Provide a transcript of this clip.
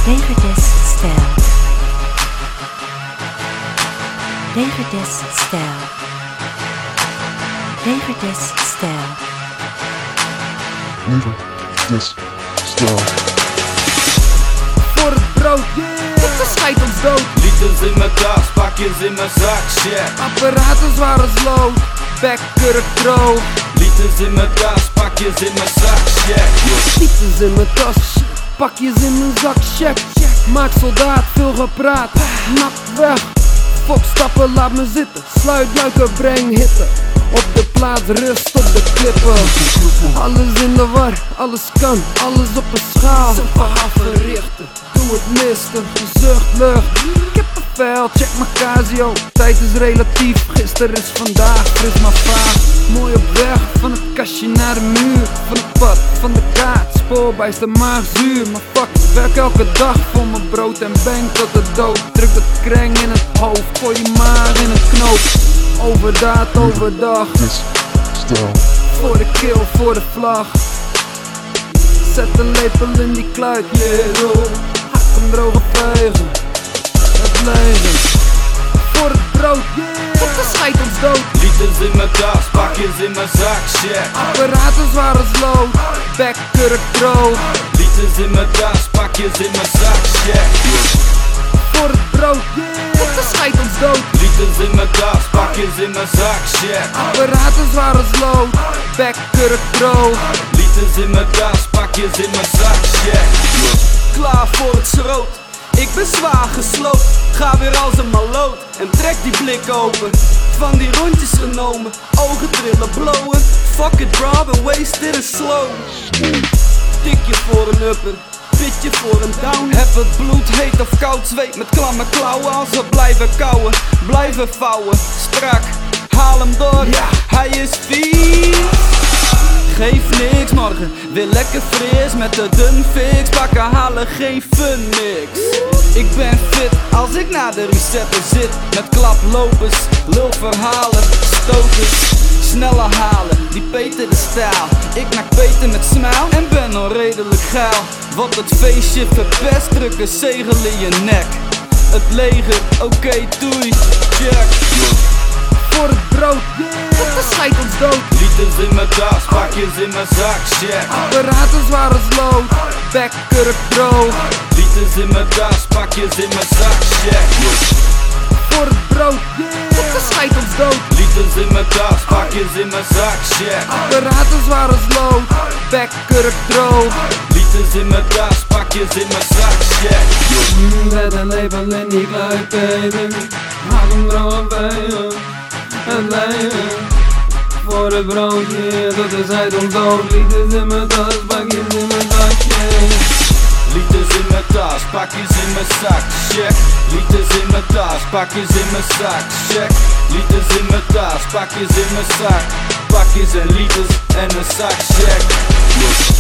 Degerdes stijl. Degerdes stijl. Degerdes stijl. Degerdes stijl. Voor het brood, tot de scheid ons dood. Liters in mijn tas, pakjes in mijn zak, check. Apparaten zwaar als lood, bekker droog. Liters in mijn tas, pakjes in mijn zak, check. Liters in mijn tas, pakjes in mijn zak, check. Maak soldaat, veel gepraat, nak weg. Fok stappen, laat me zitten. Sluit luiken, breng hitte. Op de plaats, rust op de klippen. Alles in de war, alles kan, alles op een schaal. Zijn verhaal verrichten, doe het misten. Zucht, lucht, ik heb een vel, check mijn Casio. Tijd is relatief, gisteren is vandaag, fris maar vaag. Mooi op weg, van het kastje naar de muur. Van het pad, van de kaart, spoorbijster maar zuur. Maar fuck, ik werk elke dag voor mijn brood en bang tot de dood. Druk dat kreng in het hoofd, gooi je maar in een knoop. Overdaad, overdag. Stijl. Voor de kill, voor de vlag. Zet een lepel in die kluit, yeah. Hak hem droge vegen. Het leven. Voor het brood, yeah. Tot de scheid ons dood. Liters in mijn tas, pakjes in mijn zak, check. Apparaten zwaar als lood, bekker droog. Liters in mijn tas, pakjes in mijn zak, check. Voor het brood, yeah. Tot de scheid ons dood. Liters in mijn tas, pakjes in mijn zak, check. Apparaten zwaar als lood, bekker droog. Liters in mijn tas, pakjes in mijn zak, check. Klaar voor het schroot, ik ben zwaar gesloopt. Ga weer als een maloot en trek die blik open. Van die rondjes genomen, ogen trillen, blowen. Fuck it bro, ben wasted en slow. Tikje voor een upper, pitje voor een down. Heb het bloed heet of koud, zweet met klamme klauwen. Als we blijven kauwen, blijven vouwen. Strak, haal hem door, hij is vies. Geef niks morgen, weer lekker fris met de dun fix. Pakken halen geen fun niks. Ik ben fit als ik naar de resetten zit. Met klaplopers, lulverhalen, stoters. Sneller halen, die Peter de stijl. Ik maak Peter met smile en ben onredelijk geil. Wat het feestje verpest, druk een zegel in je nek. Het leger, oké, doei, check. Voor het brood, yeah. Tot de scheid ons dood. Liters in mijn tas, pakjes in mijn zak, check. Apparaten zwaar als lood, bekker droog. Liters in mijn tas, pakjes in mijn zak, check. Voor het brood, yeah. Tot de scheid ons dood. Liters in mijn tas, pakjes in mijn zak, check. Apparaten zwaar als lood, bekker droog. Liters in mijn tas, pakjes in mijn zak, check. Zet een lepel in die kluit, baby. Haal hem droge vegen. Het leven. Voor het broodje, tot de scheid ons dood. Liters in mijn tas, pakjes in mijn zakje. Liters in mijn tas, pakjes in mijn zak, check. Liters in mijn tas, pakjes in mijn zak, check. Liters in mijn tas, pakjes in mijn zak. Pakjes en liters en een zak, check.